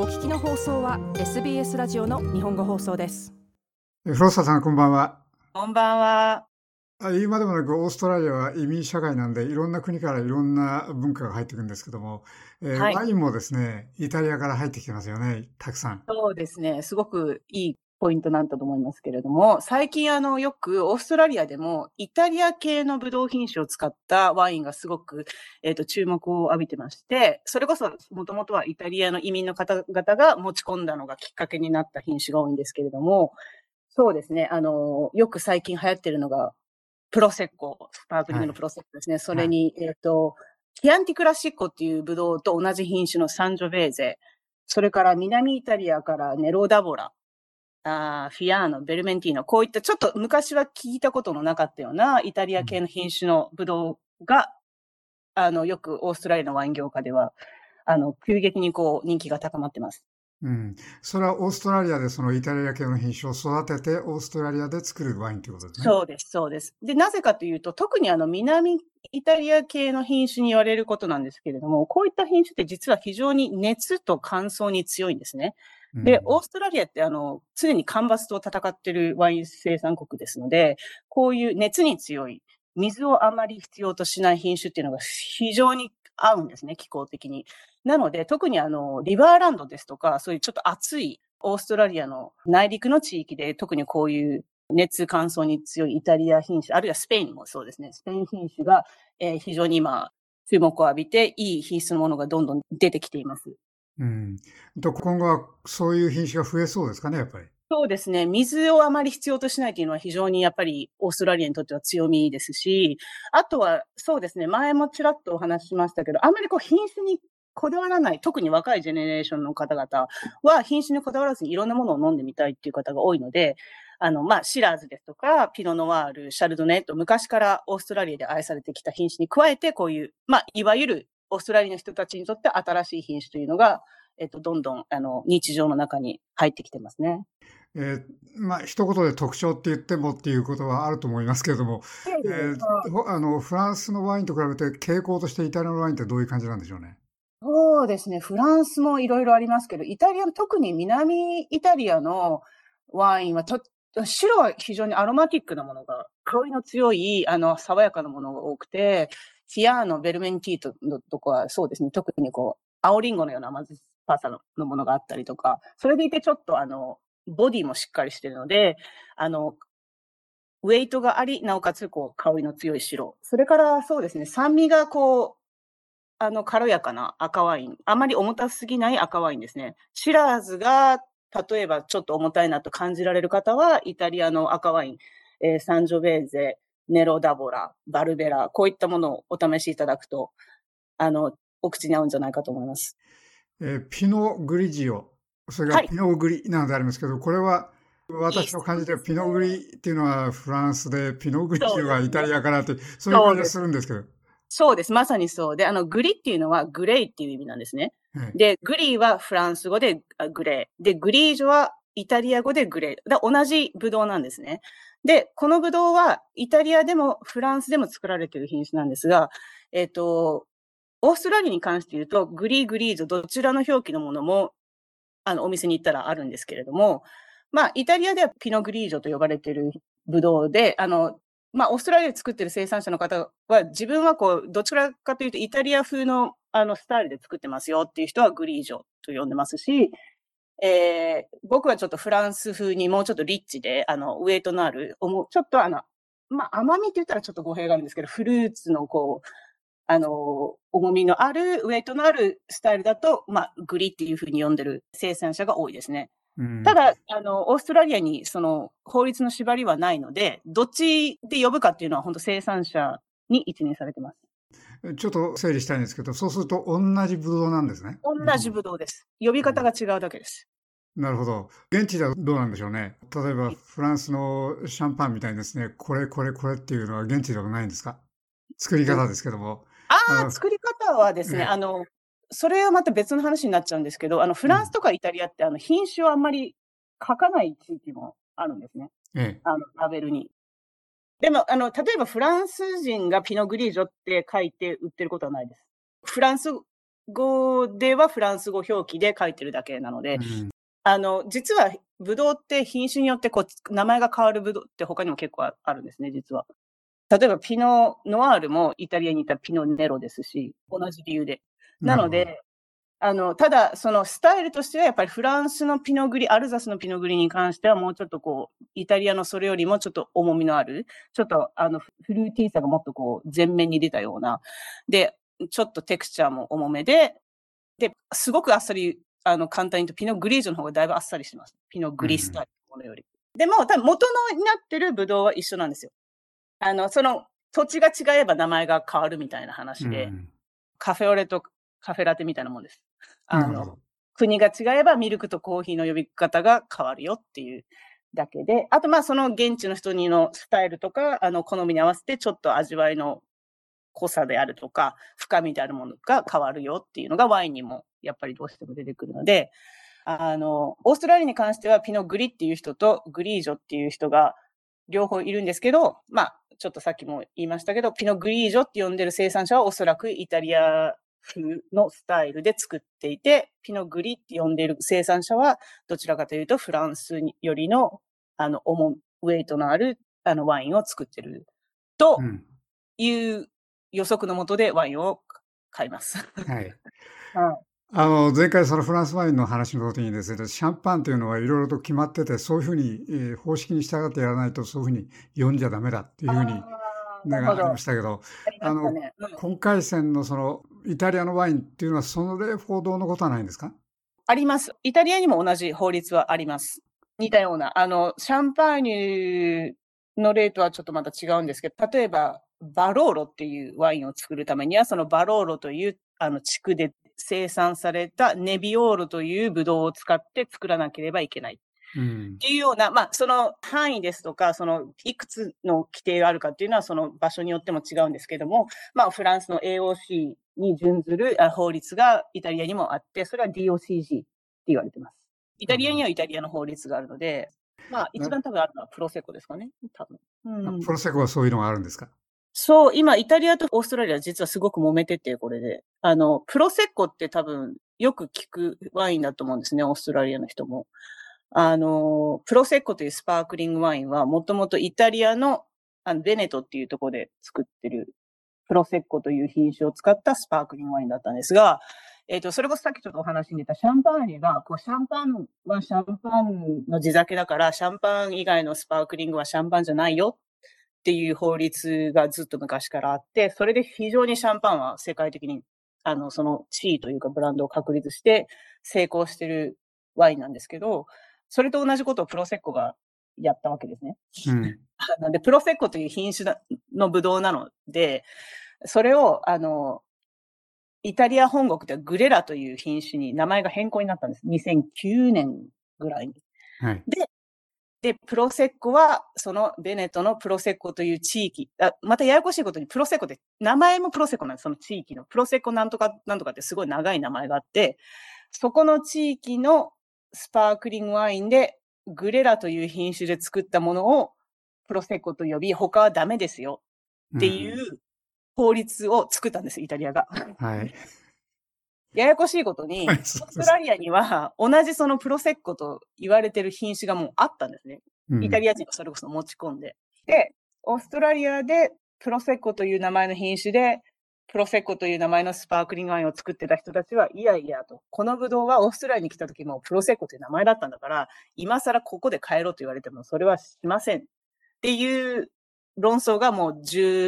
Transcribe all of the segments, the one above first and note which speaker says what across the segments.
Speaker 1: 聞きの放送は SBS ラジオの日本語放送です。
Speaker 2: フロッサさん、こんばんは。
Speaker 3: こんばんは。
Speaker 2: 言うまでもなく、オーストラリアは移民社会なんで、いろんな国からいろんな文化が入ってくるんですけども、
Speaker 3: はい。
Speaker 2: ワインもですね、イタリアから入ってきてますよね、たくさん。
Speaker 3: そうですね。すごくいいポイントなんだと思いますけれども、最近よくオーストラリアでもイタリア系のブドウ品種を使ったワインがすごく、注目を浴びてまして、それこそもともとはイタリアの移民の方々が持ち込んだのがきっかけになった品種が多いんですけれども、そうですね。よく最近流行ってるのが、プロセッコ、スパークリン
Speaker 2: はい。
Speaker 3: グのプロセッコですね。そ
Speaker 2: はい。
Speaker 3: れに、キアンティクラシッコっていうブドウと同じ品種のサンジョベーゼ、それから南イタリアからネロダボラ、フィアーノ、ベルメンティーノ、こういったちょっと昔は聞いたことのなかったようなイタリア系の品種のブドウが、よくオーストラリアのワイン業界では、急激にこう人気が高まってます。
Speaker 2: うん。それはオーストラリアでそのイタリア系の品種を育てて、オーストラリアで作るワインということですね。
Speaker 3: そうです、そうです。で、なぜかというと、特に南イタリア系の品種に言われることなんですけれども、こういった品種って実は非常に熱と乾燥に強いんですね。で、オーストラリアって常に干ばつと戦っているワイン生産国ですので、こういう熱に強い、水をあまり必要としない品種っていうのが非常に合うんですね、気候的に。なので、特にリバーランドですとか、そういうちょっと暑いオーストラリアの内陸の地域で、特にこういう熱乾燥に強いイタリア品種、あるいはスペインもそうですね。スペイン品種が、非常に今、注目を浴びて、いい品質のものがどんどん出てきています。
Speaker 2: うん。今後はそういう品種が増えそうですかね、やっぱり。
Speaker 3: そうですね。水をあまり必要としないというのは非常にやっぱりオーストラリアにとっては強みですし、あとはそうですね。前もちらっとお話ししましたけど、あまりこう品種にこだわらない、特に若いジェネレーションの方々は品種にこだわらずにいろんなものを飲んでみたいっていう方が多いので、シラーズですとか、ピノノワール、シャルドネと昔からオーストラリアで愛されてきた品種に加えて、こういう、いわゆるオーストラリアの人たちにとって新しい品種というのが、どんどん、日常の中に入ってきてますね。
Speaker 2: 一言で特徴って言ってもっていうことはあると思いますけれども、フランスのワインと比べて傾向としてイタリアのワインってどういう感じなんでしょうね。
Speaker 3: そうですね。フランスもいろいろありますけど、イタリアの、特に南イタリアのワインは白は非常にアロマティックなものが、香りの強い、爽やかなものが多くて、フィアーノ、ベルメンティートのとこはそうですね。特にこう、青リンゴのような甘酸っぱさのものがあったりとか、それでいてちょっとボディもしっかりしてるので、ウェイトがあり、なおかつこう、香りの強い白。それからそうですね。酸味がこう、軽やかな赤ワイン。あまり重たすぎない赤ワインですね。シラーズが、例えばちょっと重たいなと感じられる方は、イタリアの赤ワイン、サンジョベーゼ、ネロダボラ、バルベラ、こういったものをお試しいただくと、お口に合うんじゃないかと思います。
Speaker 2: ピノグリジオ、それが
Speaker 3: はい。
Speaker 2: ピノグリなのでありますけど、これは
Speaker 3: いい
Speaker 2: 私の感じでは
Speaker 3: 質問ですね。
Speaker 2: ピノグリっていうのはフランスで、ピノグリジオはイタ
Speaker 3: そうですね。
Speaker 2: リアからって、そういう感じが
Speaker 3: そうです。
Speaker 2: するんですけど。
Speaker 3: そうです。まさにそうで、グリっていうのはグレイっていう意味なんですね。
Speaker 2: はい。
Speaker 3: で、グリーはフランス語でグレー。で、グリージョはイタリア語でグレー。同じブドウなんですね。で、このブドウはイタリアでもフランスでも作られている品種なんですが、オーストラリアに関して言うと、グリー、グリージョ、どちらの表記のものも、お店に行ったらあるんですけれども、イタリアではピノグリージョと呼ばれているブドウで、オーストラリアで作っている生産者の方は、自分はこう、どちらかというとイタリア風の、スタイルで作ってますよっていう人はグリージョと呼んでますし、僕はちょっとフランス風にもうちょっとリッチで、ウエイトのある、ちょっと甘みって言ったらちょっと語弊があるんですけど、フルーツのこう、重みのある、ウェイトのあるスタイルだと、グリっていうふうに呼んでる生産者が多いですね。
Speaker 2: うん。
Speaker 3: ただ、オーストラリアにその法律の縛りはないので、どっちで呼ぶかっていうのは本当生産者に一任されてます。
Speaker 2: ちょっと整理したいんですけど、そうすると同じブドウなんですね。
Speaker 3: 同じブドウです。呼び方が違うだけです。
Speaker 2: なるほど。現地ではどうなんでしょうね。例えばフランスのシャンパンみたいにですね、これこれこれっていうのは現地ではないんですか？作り
Speaker 3: ど
Speaker 2: 方ですけども。あの、
Speaker 3: 作り方はですね、
Speaker 2: え
Speaker 3: それはまた別の話になっちゃうんですけど、フ
Speaker 2: うん。
Speaker 3: ランスとかイタリアって品種をあんまり書かない地域もあるんですね。
Speaker 2: ええ。
Speaker 3: ラベルに。でも、例えばフランス人がピノグリージョって書いて売ってることはないです。フランス語ではフランス語表記で書いてるだけなので、
Speaker 2: うん。
Speaker 3: 実は、ブドウって品種によって名前が変わるブドウって他にも結構あるんですね、実は。例えば、ピノノワールもイタリアにいたピノネロですし、同じ理由で。なので、ただ、そのスタイルとしてはやっぱりフランスのピノグリ、アルザスのピノグリに関してはもうちょっとイタリアのそれよりもちょっと重みのある、ちょっとフルーティーさがもっと前面に出たような、で、ちょっとテクスチャーも重めで、すごくあっさり、簡単に言うとピノグリージョの方がだいぶあっさりしてます。ピノグリスタイルのものより。でも、多分元になってるブドウは一緒なんですよ。その土地が違えば名前が変わるみたいな話で、カフェオレとカフェラテみたいなもんです。国が違えばミルクとコーヒーの呼び方が変わるよっていうだけで、あとその現地の人のスタイルとか、好みに合わせてちょっと味わいの濃さであるとか、深みであるものが変わるよっていうのがワインにもやっぱりどうしても出てくるので、オーストラリアに関してはピノグリっていう人とグリージョっていう人が両方いるんですけど、ちょっとさっきも言いましたけど、ピノグリージョって呼んでる生産者はおそらくイタリア風のスタイルで作っていて、ピノグリって呼んでいる生産者はどちらかというとフランスよりのウェイトのあるワインを作ってるという予測のもとでワインを買います。
Speaker 2: はい。前回そのフランスワインの話の時にですね、シャンパンというのはいろいろと決まってて、そういうふうに、方式に従ってやらないとそういうふうに読んじゃダメだっていうふうに、ありましたけど、今回戦のそのイタリアのワインっていうのはその例ほどのことはないんですか？
Speaker 3: あります。イタリアにも同じ法律はあります。似たような。シャンパーニュの例とはちょっとまた違うんですけど、例えば、バローロっていうワインを作るためには、そのバローロという地区で生産されたネビオールというブドウを使って作らなければいけない。っていうような、その範囲ですとか、そのいくつの規定があるかっていうのは、その場所によっても違うんですけども、フランスの AOC に準ずる法律がイタリアにもあって、それは DOCG って言われてます。イタリアにはイタリアの法律があるので、一番多分あるのはプロセコですかね、多分。
Speaker 2: プロセコはそういうのがあるんですか？
Speaker 3: そう、今、イタリアとオーストラリア実はすごく揉めてて、これで。プロセコって多分よく聞くワインだと思うんですね、オーストラリアの人も。プロセッコというスパークリングワインは、もともとイタリアの、ベネトっていうところで作ってる、プロセッコという品種を使ったスパークリングワインだったんですが、それこそさっきちょっとお話に出たシャンパーニュが、シャンパンはシャンパンの地酒だから、シャンパン以外のスパークリングはシャンパンじゃないよっていう法律がずっと昔からあって、それで非常にシャンパンは世界的に、その地位というかブランドを確立して成功してるワインなんですけど、それと同じことをプロセッコがやったわけですね。なんで、プロセッコという品種のブドウなので、それを、イタリア本国ではグレラという品種に名前が変更になったんです。2009年ぐらいに。
Speaker 2: はい、
Speaker 3: で、プロセッコは、そのベネトのプロセッコという地域、またややこしいことにプロセッコって名前もプロセッコなんです。その地域のプロセッコなんとかなんとかってすごい長い名前があって、そこの地域のスパークリングワインでグレラという品種で作ったものをプロセッコと呼び、他はダメですよっていう法律を作ったんです、イタリアが。
Speaker 2: はい。
Speaker 3: ややこしいことに、オーストラリアには同じそのプロセッコと言われてる品種がもうあったんですね。イタリア人がそれこそ持ち込んで。で、オーストラリアでプロセッコという名前の品種で、プロセッコという名前のスパークリングワインを作ってた人たちは、いやいやと、このブドウはオーストラリアに来た時もプロセッコという名前だったんだから、今更ここで変えろと言われてもそれはしませんっていう論争がもう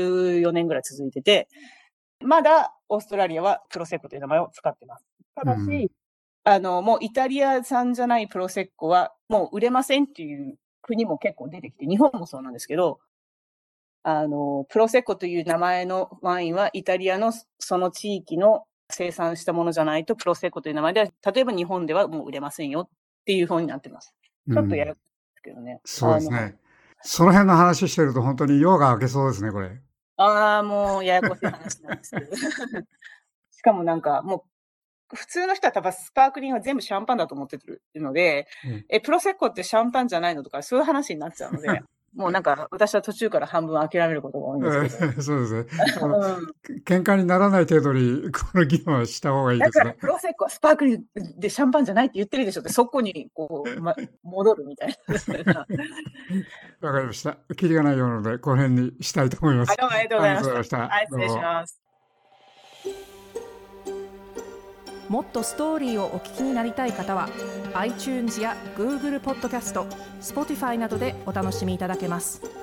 Speaker 3: 14年ぐらい続いてて、まだオーストラリアはプロセッコという名前を使ってます。ただし、もうイタリア産じゃないプロセッコはもう売れませんっていう国も結構出てきて、日本もそうなんですけど、プロセッコという名前のワインはイタリアのその地域の生産したものじゃないとプロセッコという名前では、例えば日本ではもう売れませんよっていう風になってます。ちょっとやるんですけどね。
Speaker 2: そうですね。その辺の話してると本当に夜が明けそうですね、これ。
Speaker 3: もうややこしい話なんですけど。しかもなんかもう、普通の人は多分スパークリングは全部シャンパンだと思ってるので、プロセッコってシャンパンじゃないのとかそういう話になっちゃうので、 もうなんか、私は途中から半分諦めることが多いんですけど。
Speaker 2: そうですね。
Speaker 3: うん、
Speaker 2: 喧嘩にならない程度に、この議論はした方がいいですね。
Speaker 3: だから、プロセックはスパークリングでシャンパンじゃないって言ってるでしょって、そこに、こう、戻るみたいな。
Speaker 2: わかりました。キリがないようなので、この辺にしたいと思います。
Speaker 3: どうもありがとうございました。
Speaker 2: ありがとうございました。
Speaker 3: はい、失礼します。
Speaker 1: もっとストーリーをお聞きになりたい方は iTunes や Google ポッドキャスト、Spotify などでお楽しみいただけます。